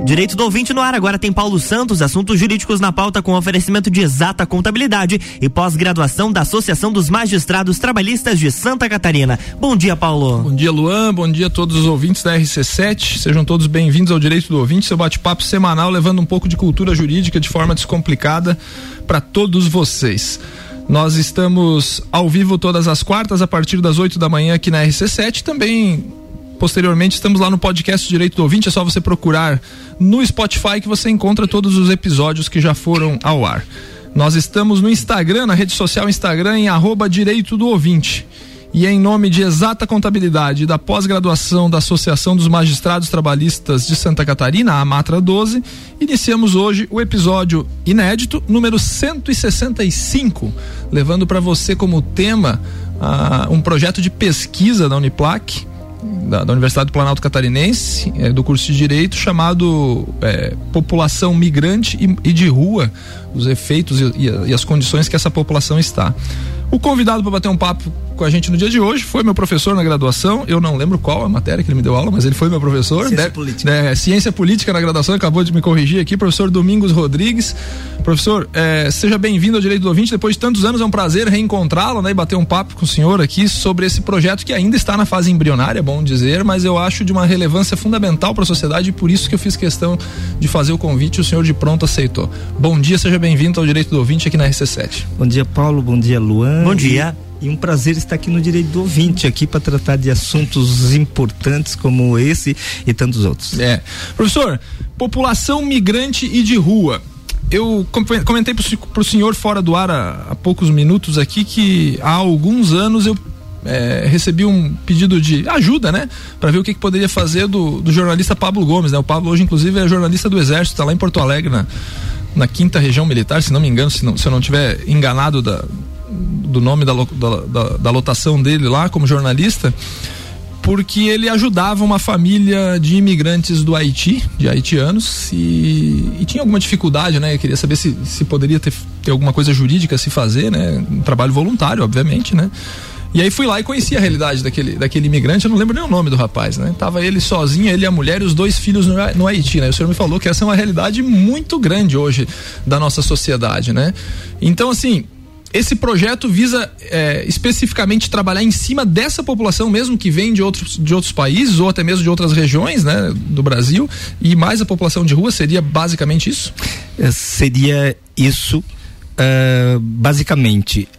Direito do Ouvinte no ar, agora tem Paulo Santos, assuntos jurídicos na pauta com oferecimento de Exata Contabilidade e pós-graduação da Associação dos Magistrados Trabalhistas de Santa Catarina. Bom dia, Paulo. Bom dia, Luan, bom dia a todos os ouvintes da RC7, sejam todos bem-vindos ao Direito do Ouvinte, seu bate-papo semanal levando um pouco de cultura jurídica de forma descomplicada para todos vocês. Nós estamos ao vivo todas as quartas a partir das 8 da manhã aqui na RC7, também posteriormente estamos lá no podcast Direito do Ouvinte, é só você procurar no Spotify que você encontra todos os episódios que já foram ao ar. Nós estamos no Instagram, na rede social Instagram, em @Direito do Ouvinte. E em nome de Exata Contabilidade da pós-graduação da Associação dos Magistrados Trabalhistas de Santa Catarina, a Amatra 12, iniciamos hoje o episódio inédito número 165, levando para você como tema um projeto de pesquisa da Uniplac, da Universidade do Planalto Catarinense, do curso de Direito, chamado População Migrante e de Rua, os efeitos e as condições que essa população está. O convidado para bater um papo com a gente no dia de hoje foi meu professor na graduação, eu não lembro qual a matéria que ele me deu aula, mas ele foi meu professor. Ciência Política na graduação, acabou de me corrigir aqui, professor Domingos Rodrigues. Professor, seja bem-vindo ao Direito do Ouvinte, depois de tantos anos é um prazer reencontrá-lo, né, e bater um papo com o senhor aqui sobre esse projeto que ainda está na fase embrionária, é bom dizer, mas eu acho de uma relevância fundamental para a sociedade e por isso que eu fiz questão de fazer o convite e o senhor de pronto aceitou. Bom dia, seja bem-vindo ao Direito do Ouvinte aqui na RC7. Bom dia, Paulo, bom dia, Luan. Bom dia. E um prazer estar aqui no Direito do Ouvinte, aqui para tratar de assuntos importantes como esse e tantos outros. Professor, população migrante e de rua. Eu comentei pro senhor fora do ar há poucos minutos aqui que há alguns anos eu recebi um pedido de ajuda, né? Para ver o que poderia fazer do jornalista Pablo Gomes, né? O Pablo hoje, inclusive, é jornalista do Exército, está lá em Porto Alegre, na 5ª Região Militar, se não me engano, se eu não tiver enganado do nome da lotação dele lá como jornalista, porque ele ajudava uma família de imigrantes do Haiti, de haitianos, e tinha alguma dificuldade, né? Eu queria saber se poderia ter alguma coisa jurídica a se fazer, né? Um trabalho voluntário, obviamente, né? E aí fui lá e conheci a realidade daquele imigrante, eu não lembro nem o nome do rapaz, né? Tava ele sozinho, ele e a mulher e os 2 filhos no Haiti, né? O senhor me falou que essa é uma realidade muito grande hoje da nossa sociedade, né? Então, assim, esse projeto visa especificamente trabalhar em cima dessa população mesmo que vem de outros países ou até mesmo de outras regiões, né, do Brasil, e mais a população de rua, seria basicamente isso? Seria isso, basicamente.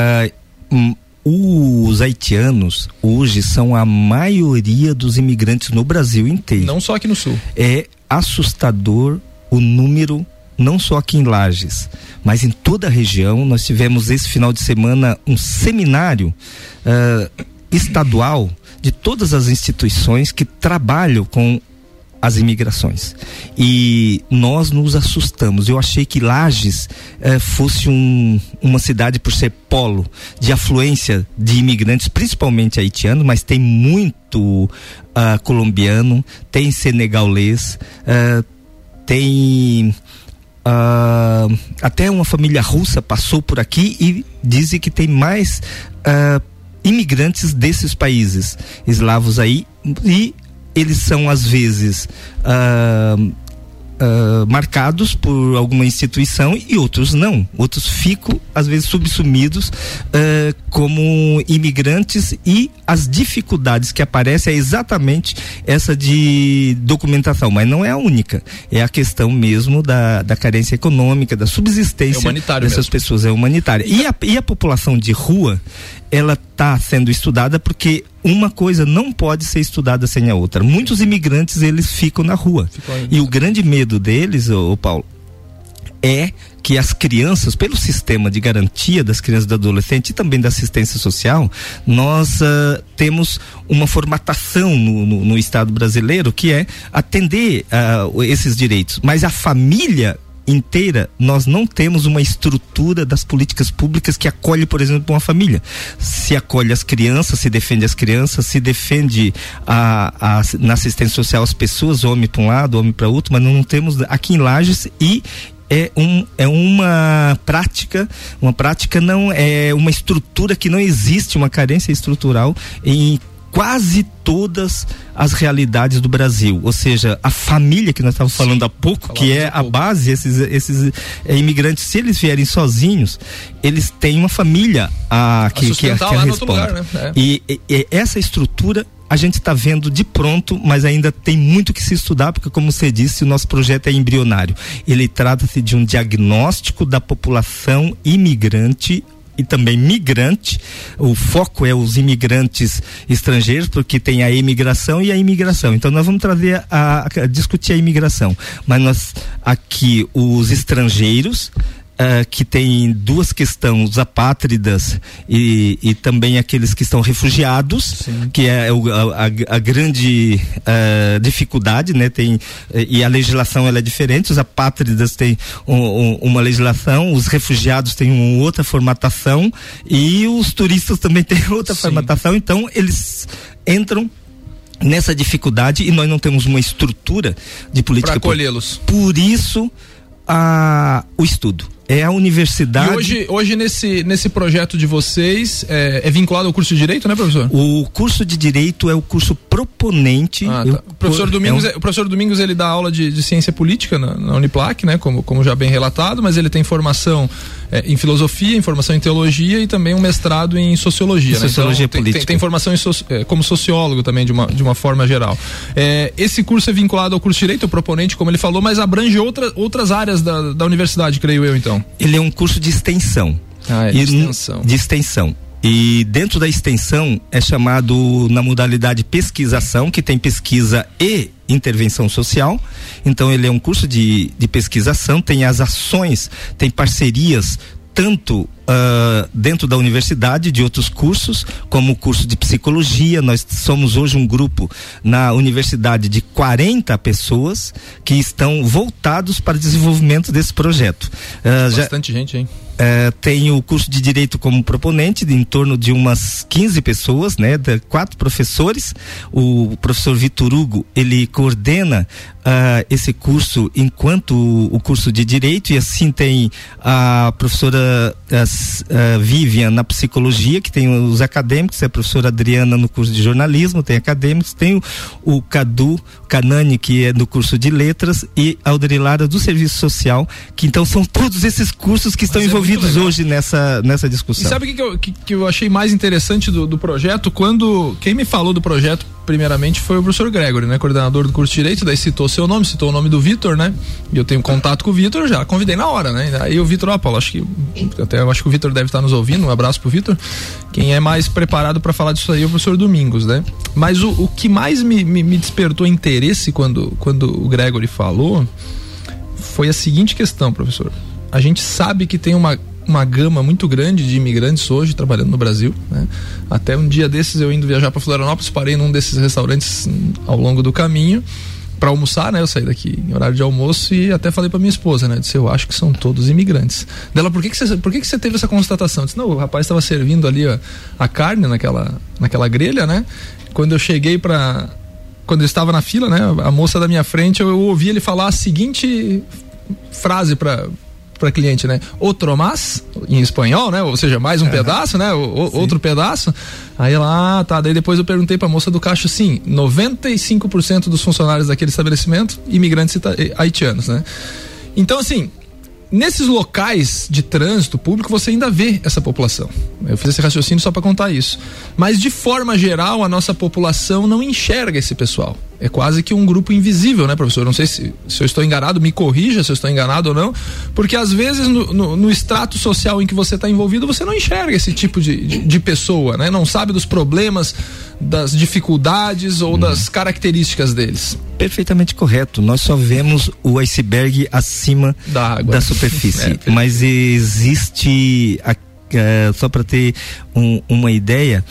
Os haitianos hoje são a maioria dos imigrantes no Brasil inteiro. Não só aqui no Sul. É assustador o número, não só aqui em Lages, mas em toda a região. Nós tivemos esse final de semana um seminário estadual de todas as instituições que trabalham com as imigrações, e nós nos assustamos. Eu achei que Lages fosse uma cidade por ser polo de afluência de imigrantes, principalmente haitianos, mas tem muito colombiano, tem senegalês, tem até uma família russa passou por aqui, e dizem que tem mais imigrantes desses países eslavos aí, e eles são às vezes marcados por alguma instituição e outros não. Outros ficam às vezes subsumidos como imigrantes, e as dificuldades que aparecem é exatamente essa de documentação, mas não é a única, é a questão mesmo da carência econômica, da subsistência dessas pessoas, é humanitária. E a população de rua, ela está sendo estudada porque uma coisa não pode ser estudada sem a outra. Muitos imigrantes, eles ficam na rua. E o grande medo deles, Paulo, é que as crianças, pelo sistema de garantia das crianças e do adolescente e também da assistência social, nós temos uma formatação no Estado brasileiro que é atender esses direitos. Mas a família inteira, nós não temos uma estrutura das políticas públicas que acolhe, por exemplo, uma família. Se acolhe as crianças, se defende as crianças, se defende na assistência social as pessoas, homem para um lado, homem para outro, mas não temos aqui em Lages, e é uma prática não é uma estrutura que não existe, uma carência estrutural em quase todas as realidades do Brasil, ou seja, a família que nós estávamos falando há pouco, que é a base, esses imigrantes, se eles vierem sozinhos, eles têm uma família que responde. Lugar, né? E essa estrutura a gente está vendo de pronto, mas ainda tem muito que se estudar, porque, como você disse, o nosso projeto é embrionário. Ele trata-se de um diagnóstico da população imigrante e também migrante. O foco é os imigrantes estrangeiros, porque tem a emigração e a imigração. Então nós vamos trazer a discutir a imigração, mas nós aqui os estrangeiros, que tem duas questões, os apátridas e também aqueles que estão refugiados. Sim. Que é a grande dificuldade, né? E a legislação ela é diferente. Os apátridas têm uma legislação, os refugiados têm uma outra formatação e os turistas também têm outra Sim. formatação. Então eles entram nessa dificuldade e nós não temos uma estrutura de política para acolhê-los. Por isso o estudo. É a universidade. E hoje nesse projeto de vocês é vinculado ao curso de Direito, né, professor? O curso de Direito é o curso proponente. Tá. O professor Domingos ele dá aula de ciência política na Uniplac, né? Como já bem relatado, mas ele tem formação em filosofia, em formação em teologia e também um mestrado em sociologia. Sociologia política. Tem formação como sociólogo também de uma forma geral. Esse curso é vinculado ao curso de Direito, o proponente, como ele falou, mas abrange outras áreas da universidade, creio eu, então. Ele é um curso de extensão. De extensão. E dentro da extensão é chamado na modalidade pesquisação, que tem pesquisa e intervenção social. Então ele é um curso de pesquisação, tem as ações, tem parcerias tanto dentro da universidade, de outros cursos, como o curso de psicologia. Nós somos hoje um grupo na universidade de 40 pessoas que estão voltados para o desenvolvimento desse projeto. Bastante gente, hein? Tem o curso de Direito como proponente, em torno de umas 15 pessoas, né? 4 professores. O professor Vitor Hugo, ele coordena esse curso enquanto o curso de Direito, e assim tem a professora Vivian na psicologia, que tem os acadêmicos, a professora Adriana no curso de jornalismo, tem acadêmicos, tem o Cadu Canani, que é no curso de letras, e a Audrilara do serviço social, que então são todos esses cursos que estão envolvidos hoje nessa discussão. E sabe o que eu achei mais interessante do projeto? Quando quem me falou do projeto primeiramente foi o professor Gregory, né, coordenador do curso de Direito, daí citou seu nome, citou o nome do Vitor, né, e eu tenho contato com o Vitor, já convidei na hora, né, aí o Vitor, Paulo, acho que o Vitor deve estar nos ouvindo, um abraço pro Vitor. Quem é mais preparado para falar disso aí é o professor Domingos, né, mas o que mais me despertou interesse quando o Gregory falou foi a seguinte questão, professor: a gente sabe que tem uma gama muito grande de imigrantes hoje trabalhando no Brasil, né? Até um dia desses, eu indo viajar para Florianópolis, parei num desses restaurantes ao longo do caminho para almoçar, né? Eu saí daqui em horário de almoço e até falei para minha esposa, né? Disse, eu acho que são todos imigrantes. Dela, por que você teve essa constatação? Eu disse, não, o rapaz estava servindo ali a carne naquela grelha, né? Quando eu cheguei quando eu estava na fila, né? A moça da minha frente, eu ouvi ele falar a seguinte frase para cliente, né? Outro más, em espanhol, né? Ou seja, mais um pedaço, né? Outro pedaço. Aí ela, tá. Daí depois eu perguntei pra moça do caixa, sim, 95% dos funcionários daquele estabelecimento, imigrantes haitianos, né? Então, assim, nesses locais de trânsito público você ainda vê essa população. Eu fiz esse raciocínio só para contar isso. Mas de forma geral a nossa população não enxerga esse pessoal. É quase que um grupo invisível, né, professor? Não sei se eu estou enganado, me corrija se eu estou enganado ou não, porque às vezes no extrato social em que você está envolvido, você não enxerga esse tipo de pessoa, né? Não sabe dos problemas, das dificuldades ou das características deles. Perfeitamente correto. Nós só vemos o iceberg acima da superfície. Mas existe, só para ter uma ideia,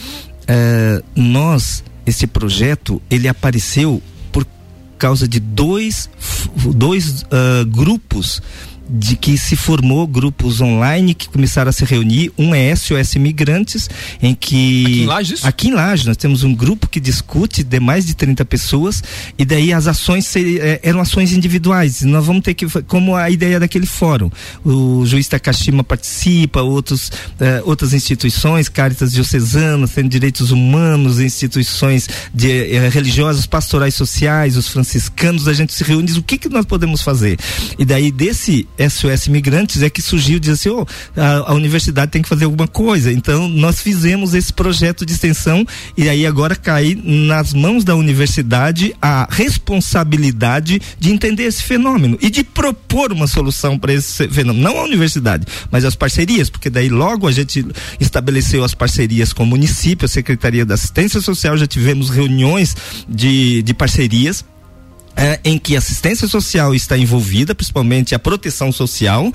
esse projeto, ele apareceu por causa de dois grupos de que se formou grupos online que começaram a se reunir. Um é SOS Migrantes, em que... Aqui em Lages, isso? Aqui em Lages, nós temos um grupo que discute de mais de 30 pessoas, e daí as ações eram ações individuais. Nós vamos ter que, como a ideia daquele fórum, o juiz Takashima participa, outras instituições, Caritas Diocesanas, Centro de Direitos Humanos, instituições religiosas, pastorais sociais, os franciscanos, a gente se reúne e diz o que nós podemos fazer. E daí desse SOS Migrantes é que surgiu, diz assim, a universidade tem que fazer alguma coisa. Então nós fizemos esse projeto de extensão, e aí agora cai nas mãos da universidade a responsabilidade de entender esse fenômeno e de propor uma solução para esse fenômeno. Não a universidade, mas as parcerias, porque daí logo a gente estabeleceu as parcerias com o município, a Secretaria da Assistência Social, já tivemos reuniões de parcerias, em que a assistência social está envolvida, principalmente a proteção social,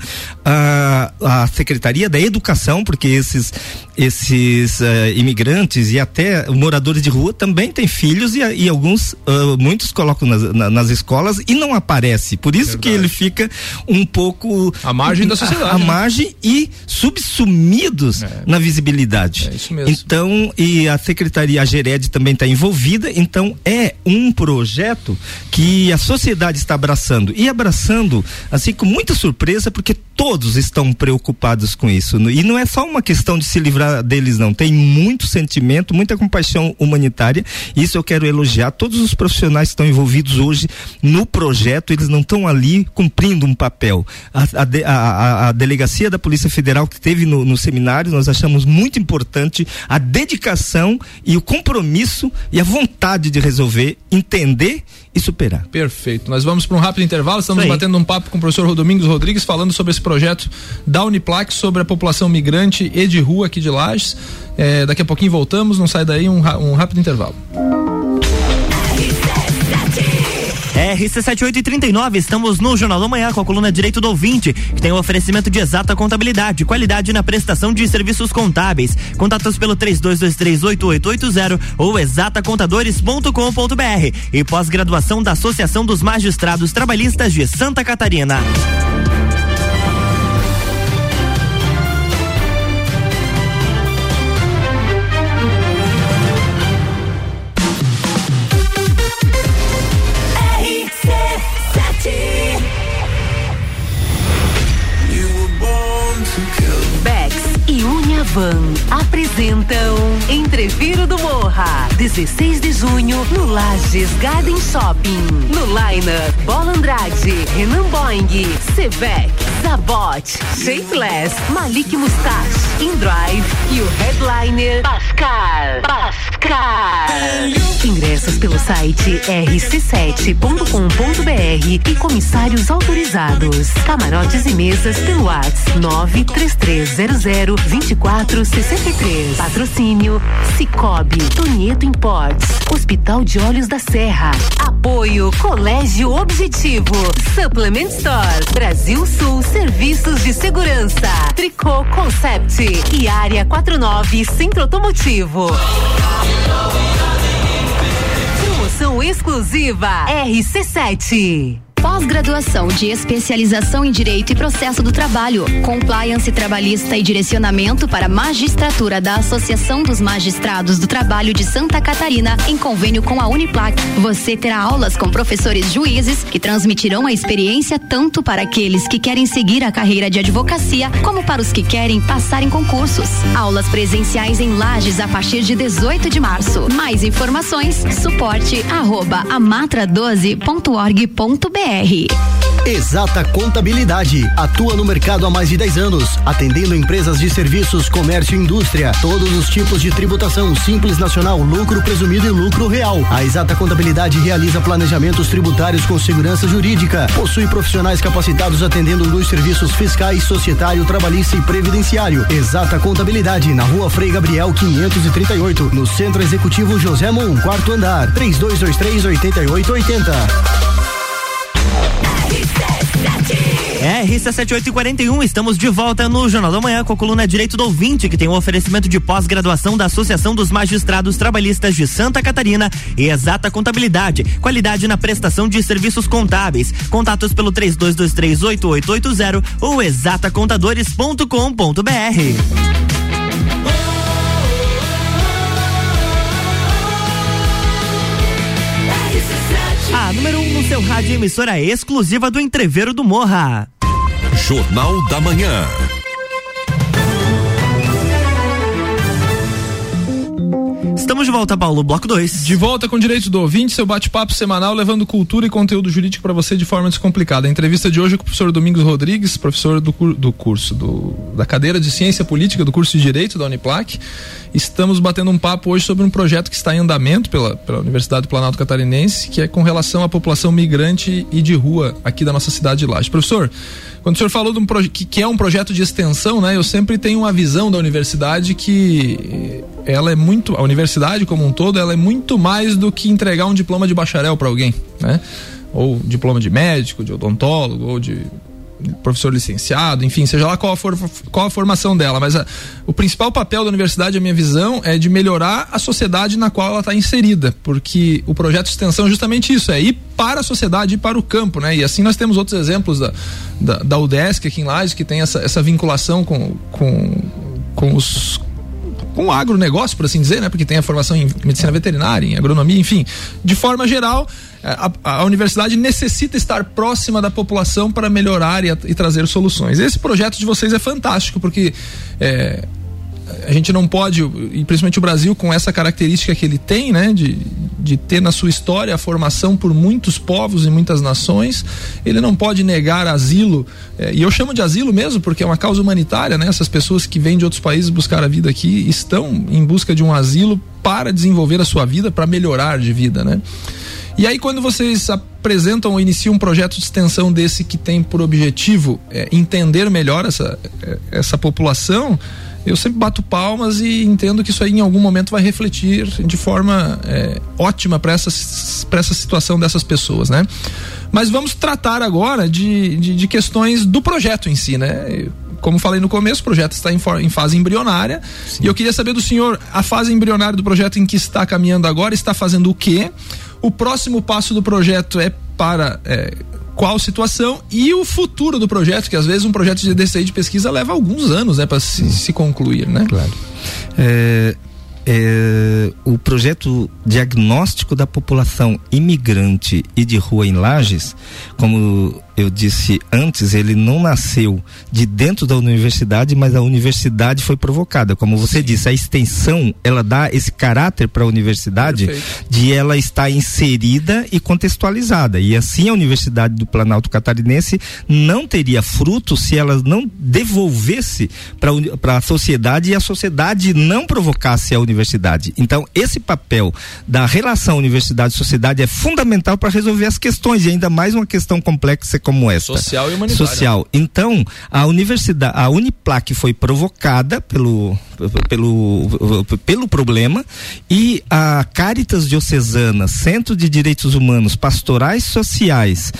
a Secretaria da Educação, porque esses imigrantes e até moradores de rua também têm filhos, e alguns, muitos colocam nas escolas e não aparece, por isso que ele fica um pouco à margem da sociedade, à margem e subsumidos na visibilidade. É isso mesmo. Então, e a Secretaria, a Gered também está envolvida, então é um projeto que a sociedade está abraçando, e abraçando assim com muita surpresa, porque todos estão preocupados com isso, e não é só uma questão de se livrar deles, não, tem muito sentimento, muita compaixão humanitária. Isso eu quero elogiar todos os profissionais que estão envolvidos hoje no projeto. Eles não estão ali cumprindo um papel. A delegacia da Polícia Federal que teve no seminário, nós achamos muito importante a dedicação e o compromisso e a vontade de resolver, entender e superar. Perfeito. Nós vamos para um rápido intervalo. Estamos batendo um papo com o professor Domingos Rodrigues, falando sobre esse projeto da Uniplac sobre a população migrante e de rua aqui de Lages. Daqui a pouquinho voltamos, não sai daí, um rápido intervalo. RC7839, estamos no Jornal da Manhã com a coluna Direito do Ouvinte, que tem o oferecimento de Exata Contabilidade, qualidade na prestação de serviços contábeis. Contatos pelo 32238880 ou exatacontadores.com.br e pós-graduação da Associação dos Magistrados Trabalhistas de Santa Catarina. Van apresentam Entreviro do Morra, 16 de junho no Lages Garden Shopping. No Line-up, Bola Andrade, Renan Boing, Sevec, Zabot, Shapeless, Malik Mustache, InDrive e o headliner Pascal. Ingressos pelo site rc7.com.br e comissários autorizados. Camarotes e mesas pelo WhatsApp 933002463. Patrocínio Cicobi, Tonieto Imports, Hospital de Olhos da Serra. Apoio Colégio Objetivo, Supplement Store, Brasil Sul Serviços de Segurança, Tricô Concept e Área 49 Centro Automotivo. Promoção exclusiva RC7. Pós-graduação de especialização em Direito e Processo do Trabalho, Compliance Trabalhista e Direcionamento para Magistratura da Associação dos Magistrados do Trabalho de Santa Catarina, em convênio com a Uniplac. Você terá aulas com professores juízes que transmitirão a experiência tanto para aqueles que querem seguir a carreira de advocacia, como para os que querem passar em concursos. Aulas presenciais em Lages a partir de 18 de março. Mais informações, suporte@amatra12.org.br. Exata Contabilidade atua no mercado há mais de 10 anos, atendendo empresas de serviços, comércio e indústria, todos os tipos de tributação, simples, nacional, lucro presumido e lucro real. A Exata Contabilidade realiza planejamentos tributários com segurança jurídica, possui profissionais capacitados atendendo nos serviços fiscais, societário, trabalhista e previdenciário. Exata Contabilidade, na Rua Frei Gabriel 538, no Centro Executivo José Mon, 4º andar, 3223-8880. RC7841, estamos de volta no Jornal da Manhã com a coluna Direito do Ouvinte, que tem um oferecimento de pós-graduação da Associação dos Magistrados Trabalhistas de Santa Catarina e Exata Contabilidade, qualidade na prestação de serviços contábeis. Contatos pelo 32238880 ou exatacontadores.com.br. A número 1 no seu rádio, emissora exclusiva do Entreveiro do Morra. Jornal da Manhã. Estamos de volta, Paulo, bloco 2. De volta com Direito do Ouvinte, seu bate-papo semanal levando cultura e conteúdo jurídico para você de forma descomplicada. A entrevista de hoje é com o professor Domingos Rodrigues, professor da cadeira de Ciência Política do curso de Direito da Uniplac. Estamos batendo um papo hoje sobre um projeto que está em andamento pela Universidade do Planalto Catarinense, que é com relação à população migrante e de rua aqui da nossa cidade de Lages. Professor, quando o senhor falou de que é um projeto de extensão, né? Eu sempre tenho uma visão da universidade que ela é muito, a universidade como um todo, ela é muito mais do que entregar um diploma de bacharel para alguém, né? Ou diploma de médico, de odontólogo, ou de professor licenciado, enfim, seja lá qual a formação dela, mas o principal papel da universidade, a minha visão, é de melhorar a sociedade na qual ela está inserida, porque o projeto de extensão é justamente isso, é ir para a sociedade, ir para o campo, né? E assim nós temos outros exemplos da UDESC aqui em Lages, que tem essa vinculação com o agronegócio, por assim dizer, né? Porque tem a formação em medicina veterinária, em agronomia, enfim. De forma geral, a universidade necessita estar próxima da população para melhorar e trazer soluções. Esse projeto de vocês é fantástico, porque a gente não pode, e principalmente o Brasil, com essa característica que ele tem, né? De ter na sua história a formação por muitos povos e muitas nações, ele não pode negar asilo, e eu chamo de asilo mesmo porque é uma causa humanitária, né? Essas pessoas que vêm de outros países buscar a vida aqui estão em busca de um asilo para desenvolver a sua vida, para melhorar de vida, né? E aí, quando vocês apresentam ou iniciam um projeto de extensão desse que tem por objetivo entender melhor essa população, eu sempre bato palmas e entendo que isso aí em algum momento vai refletir de forma ótima para essa situação dessas pessoas, né? Mas vamos tratar agora de questões do projeto em si, né? Como falei no começo, o projeto está em fase embrionária. Sim. E eu queria saber do senhor, a fase embrionária do projeto em que está caminhando agora, está fazendo o quê? O próximo passo do projeto é para qual situação e o futuro do projeto, que às vezes um projeto desse aí de pesquisa leva alguns anos, né, para se concluir, né? Claro. O projeto diagnóstico da população imigrante e de rua em Lages, como eu disse antes, ele não nasceu de dentro da universidade, mas a universidade foi provocada. Como você disse, a extensão, ela dá esse caráter para a universidade. Perfeito. De ela estar inserida e contextualizada. E assim a Universidade do Catarinense não teria fruto se ela não devolvesse para a sociedade e a sociedade não provocasse a universidade. Então, esse papel da relação universidade-sociedade é fundamental para resolver as questões, e ainda mais uma questão complexa como esta. Social e humanitária. Social. Então, a Uniplac foi provocada pelo problema, e a Caritas Diocesana, Centro de Direitos Humanos, Pastorais Sociais,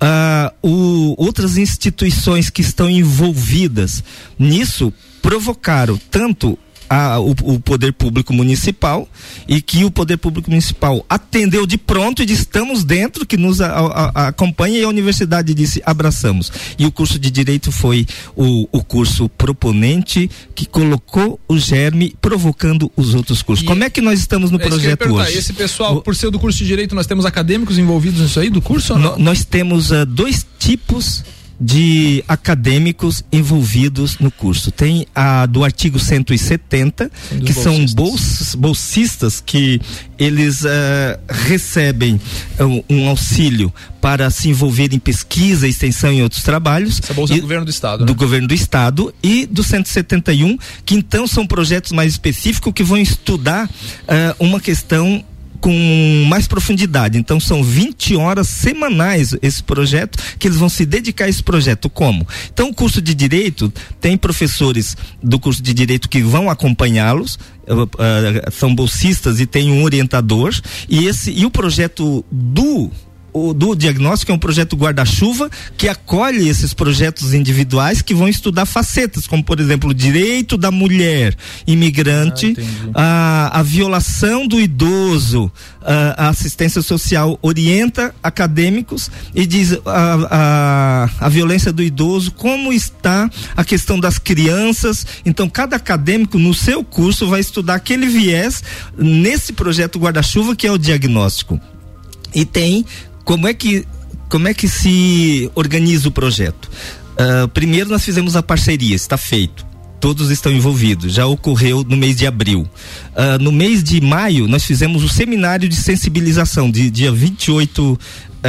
outras instituições que estão envolvidas nisso, provocaram tanto o poder público municipal, e que o poder público municipal atendeu de pronto e disse: estamos dentro, que nos acompanha, e a universidade disse: abraçamos. E o curso de Direito foi o curso proponente que colocou o germe, provocando os outros cursos. Como é que nós estamos no projeto hoje? Esse pessoal, por ser do curso de Direito, nós temos acadêmicos envolvidos nisso aí, do curso ou não? Nós temos dois tipos de acadêmicos envolvidos no curso. Tem a do artigo 170, que são bolsistas, que eles recebem um auxílio para se envolver em pesquisa, extensão e outros trabalhos. Essa bolsa é do governo do estado, né? Do governo do estado, e do 171, que então são projetos mais específicos que vão estudar uma questão com mais profundidade. Então são 20 horas semanais esse projeto, que eles vão se dedicar a esse projeto. Como? Então o curso de Direito tem professores do curso de Direito que vão acompanhá-los, são bolsistas e tem um orientador, e o projeto do do diagnóstico é um projeto guarda-chuva que acolhe esses projetos individuais que vão estudar facetas, como por exemplo o direito da mulher imigrante, a violação do idoso, a assistência social orienta acadêmicos e diz a violência do idoso, como está a questão das crianças. Então cada acadêmico no seu curso vai estudar aquele viés nesse projeto guarda-chuva que é o diagnóstico. E tem como é que se organiza o projeto. Primeiro nós fizemos a parceria, está feito. Todos estão envolvidos, já ocorreu no mês de abril. No mês de maio, nós fizemos o seminário de sensibilização, dia 28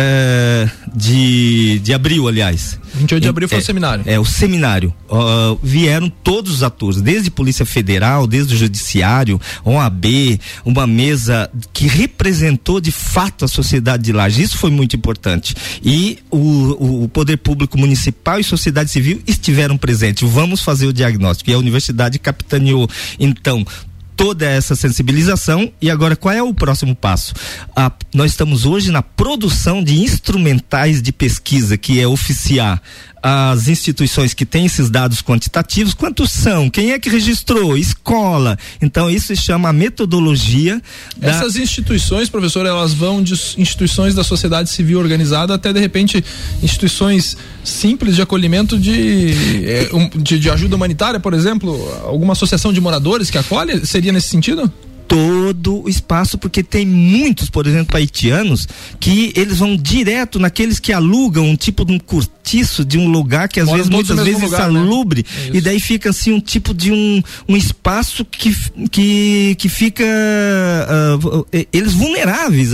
de abril, aliás. 28 de abril foi o seminário. O seminário. Vieram todos os atores, desde Polícia Federal, desde o Judiciário, OAB, uma mesa que representou de fato a sociedade de Lages. Isso foi muito importante. E o Poder Público Municipal e sociedade civil estiveram presentes. Vamos fazer o diagnóstico. E a universidade capitaneou, então, toda essa sensibilização. E agora qual é o próximo passo? Nós estamos hoje na produção de instrumentais de pesquisa, que é oficiar as instituições que têm esses dados quantitativos. Quantos são? Quem é que registrou? Escola. Então isso se chama a metodologia. Essas instituições, professor, elas vão de instituições da sociedade civil organizada até de repente instituições simples de acolhimento de ajuda humanitária, por exemplo, alguma associação de moradores que acolhe, seria nesse sentido? Todo o espaço, porque tem muitos, por exemplo, haitianos, que eles vão direto naqueles que alugam um tipo de um cortiço de um lugar que às vezes, muitas vezes, é insalubre, né? E daí fica assim um tipo de um espaço que fica eles vulneráveis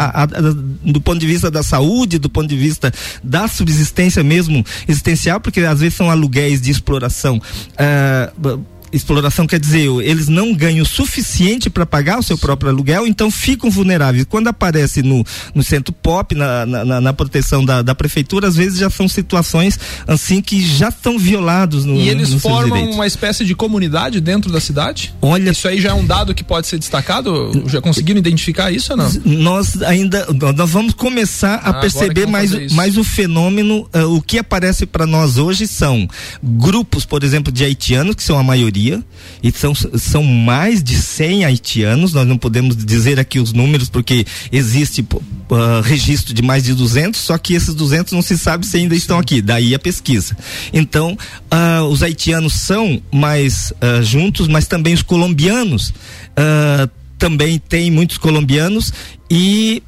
do ponto de vista da saúde, do ponto de vista da subsistência mesmo existencial, porque às vezes são aluguéis de exploração. Exploração quer dizer, eles não ganham o suficiente para pagar o seu próprio aluguel, então ficam vulneráveis. Quando aparece no centro POP, na proteção da prefeitura, às vezes já são situações assim que já estão violados E eles formam uma espécie de comunidade dentro da cidade? Olha, isso aí já é um dado que pode ser destacado? Já conseguiram identificar isso ou não? Nós vamos começar a perceber mais o fenômeno. O que aparece para nós hoje são grupos, por exemplo, de haitianos, que são a maioria, e são mais de 100 haitianos. Nós não podemos dizer aqui os números porque existe registro de mais de 200, só que esses 200 não se sabe se ainda estão aqui, daí a pesquisa. Então os haitianos são mais juntos, mas também os colombianos, também tem muitos colombianos e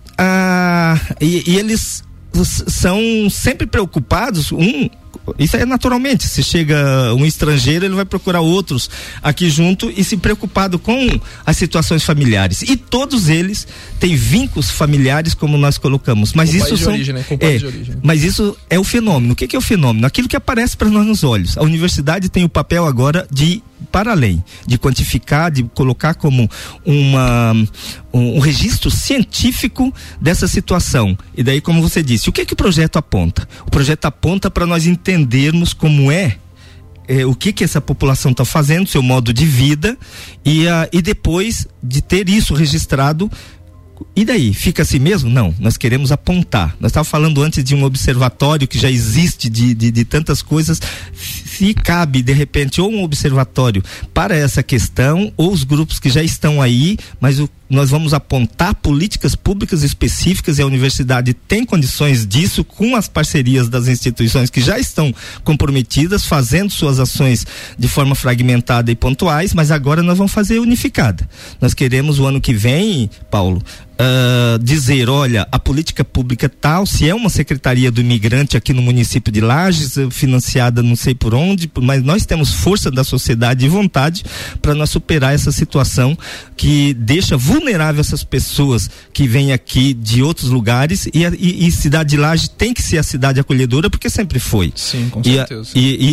eles são sempre preocupados. Isso é naturalmente, se chega um estrangeiro, ele vai procurar outros aqui junto e se preocupado com as situações familiares, e todos eles têm vínculos familiares, como nós colocamos, mas isso são mas isso é o fenômeno. O que é o fenômeno? Aquilo que aparece para nós nos olhos. A universidade tem o papel agora de, para além de quantificar, de colocar como um registro científico dessa situação. E daí, como você disse, o que o projeto aponta? O projeto aponta para nós entendermos como o que essa população está fazendo, seu modo de vida, e depois de ter isso registrado. E daí? Fica assim mesmo? Não, nós queremos apontar. Nós estávamos falando antes de um observatório que já existe de tantas coisas. Se cabe, de repente, ou um observatório para essa questão, ou os grupos que já estão aí, mas nós vamos apontar políticas públicas específicas, e a universidade tem condições disso, com as parcerias das instituições que já estão comprometidas, fazendo suas ações de forma fragmentada e pontuais, mas agora nós vamos fazer unificada. Nós queremos o ano que vem, Paulo, dizer, olha, a política pública tal, se é uma secretaria do imigrante aqui no município de Lages, financiada não sei por onde, mas nós temos força da sociedade e vontade para nós superar essa situação que deixa vulnerável essas pessoas que vêm aqui de outros lugares, e cidade de Lages tem que ser a cidade acolhedora, porque sempre foi. Sim, com certeza.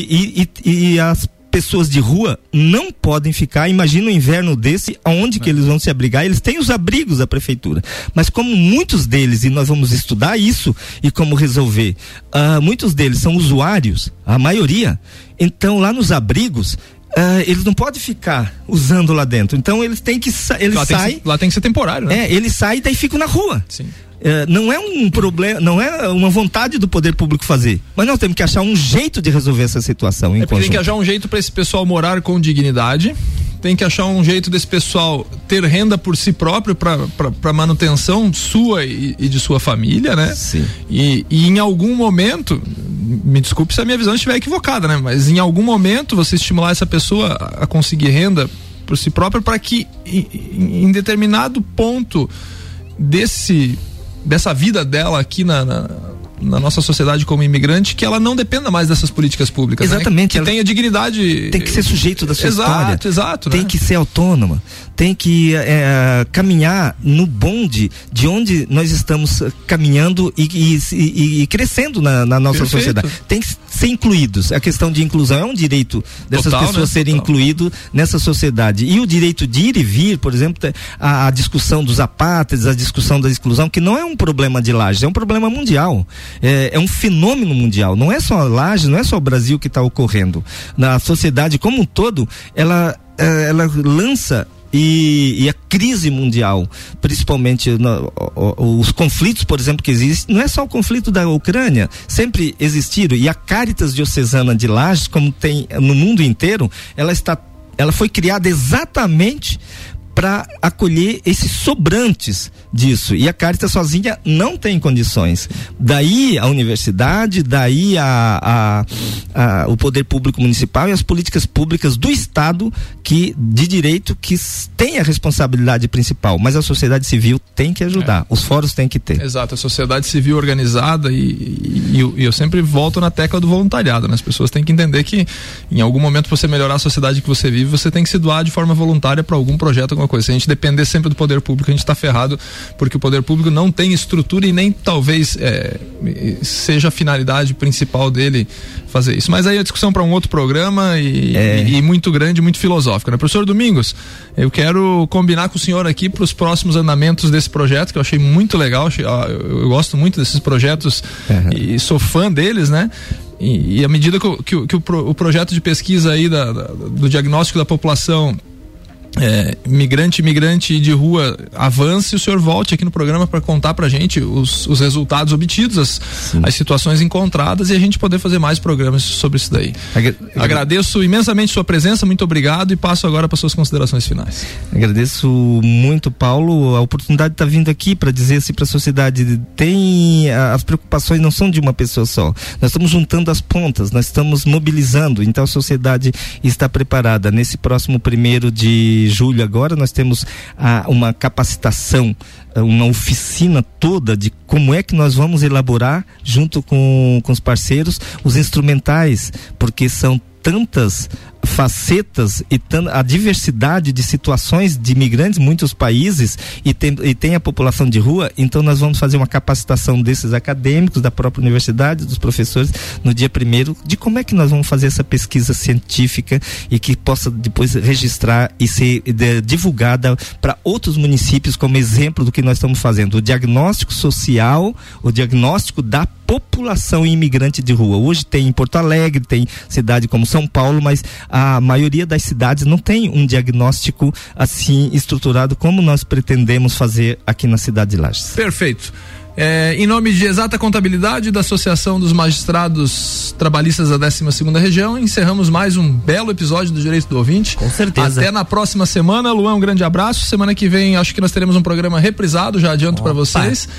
E as pessoas de rua não podem ficar. Imagina um inverno desse, aonde que eles vão se abrigar? Eles têm os abrigos da prefeitura, mas como muitos deles, e nós vamos estudar isso e como resolver, muitos deles são usuários, a maioria, então lá nos abrigos eles não podem ficar usando lá dentro, então eles têm que lá tem que ser temporário, né? Eles saem e daí ficam na rua. Sim. não é um problema, não é uma vontade do poder público fazer, mas nós temos que achar um jeito de resolver essa situação em conjunto. Tem que achar um jeito para esse pessoal morar com dignidade, tem que achar um jeito desse pessoal ter renda por si próprio para manutenção sua e de sua família, né? Sim. E em algum momento, me desculpe se a minha visão estiver equivocada, né? Mas em algum momento você estimular essa pessoa a conseguir renda por si própria, para que em determinado ponto dessa vida dela aqui na nossa sociedade como imigrante, que ela não dependa mais dessas políticas públicas. Exatamente. Né? Que tenha dignidade. Tem que ser sujeito da sua história. Exato. Tem que ser autônoma. Tem que caminhar no bonde de onde nós estamos caminhando e crescendo na nossa sociedade. Tem que ser incluídos. A questão de inclusão é um direito dessas pessoas serem incluídos nessa sociedade. E o direito de ir e vir, por exemplo, a discussão dos apátridas, a discussão da exclusão, que não é um problema de Lages, é um problema mundial. É um fenômeno mundial, não é só Lages, não é só o Brasil que está ocorrendo. Na sociedade como um todo, ela lança e a crise mundial, principalmente os conflitos, por exemplo, que existem, não é só o conflito da Ucrânia, sempre existiram, e a Caritas Diocesana de Lages, como tem no mundo inteiro, ela foi criada exatamente para acolher esses sobrantes disso, e a Caritas sozinha não tem condições. Daí a universidade, daí o poder público municipal e as políticas públicas do Estado de direito que tem a responsabilidade principal, mas a sociedade civil tem que ajudar, os fóruns têm que ter. Exato, a sociedade civil organizada e eu sempre volto na tecla do voluntariado, né? As pessoas têm que entender que em algum momento você melhorar a sociedade que você vive, você tem que se doar de forma voluntária para algum projeto, alguma coisa. Se a gente depender sempre do poder público, a gente está ferrado, porque o poder público não tem estrutura e nem talvez seja a finalidade principal dele fazer isso. Mas aí a discussão para um outro programa e muito grande, muito filosófica, né? Professor Domingos, eu quero combinar com o senhor aqui para os próximos andamentos desse projeto, que eu achei muito legal, eu gosto muito desses projetos e sou fã deles, né? E à medida que o projeto de pesquisa aí do diagnóstico da população migrante de rua avance, o senhor volte aqui no programa para contar pra gente os resultados obtidos, as situações encontradas, e a gente poder fazer mais programas sobre isso daí. Agradeço imensamente sua presença, muito obrigado, e passo agora para suas considerações finais. Agradeço muito, Paulo, a oportunidade de estar vindo aqui para dizer assim para a sociedade, as preocupações não são de uma pessoa só, nós estamos juntando as pontas, nós estamos mobilizando, então a sociedade está preparada. Nesse próximo 1º de julho agora nós temos uma capacitação, uma oficina toda de como é que nós vamos elaborar junto com os parceiros os instrumentais, porque são tantas facetas e a diversidade de situações de imigrantes, muitos países, e tem a população de rua. Então nós vamos fazer uma capacitação desses acadêmicos, da própria universidade, dos professores, no dia 1º, de como é que nós vamos fazer essa pesquisa científica e que possa depois registrar e ser divulgada para outros municípios como exemplo do que nós estamos fazendo, o diagnóstico social, o diagnóstico da população imigrante de rua. Hoje tem em Porto Alegre, tem cidade como São Paulo, mas a maioria das cidades não tem um diagnóstico assim estruturado como nós pretendemos fazer aqui na cidade de Lages. Perfeito. Em nome de Exata Contabilidade, da Associação dos Magistrados Trabalhistas da 12ª Região, encerramos mais um belo episódio do Direito do Ouvinte. Com certeza. Até na próxima semana. Luan, um grande abraço. Semana que vem acho que nós teremos um programa reprisado, já adianto para vocês.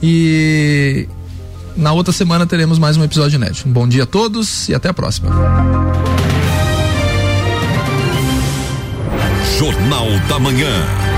E na outra semana teremos mais um episódio inédito. Um bom dia a todos e até a próxima. Jornal da Manhã.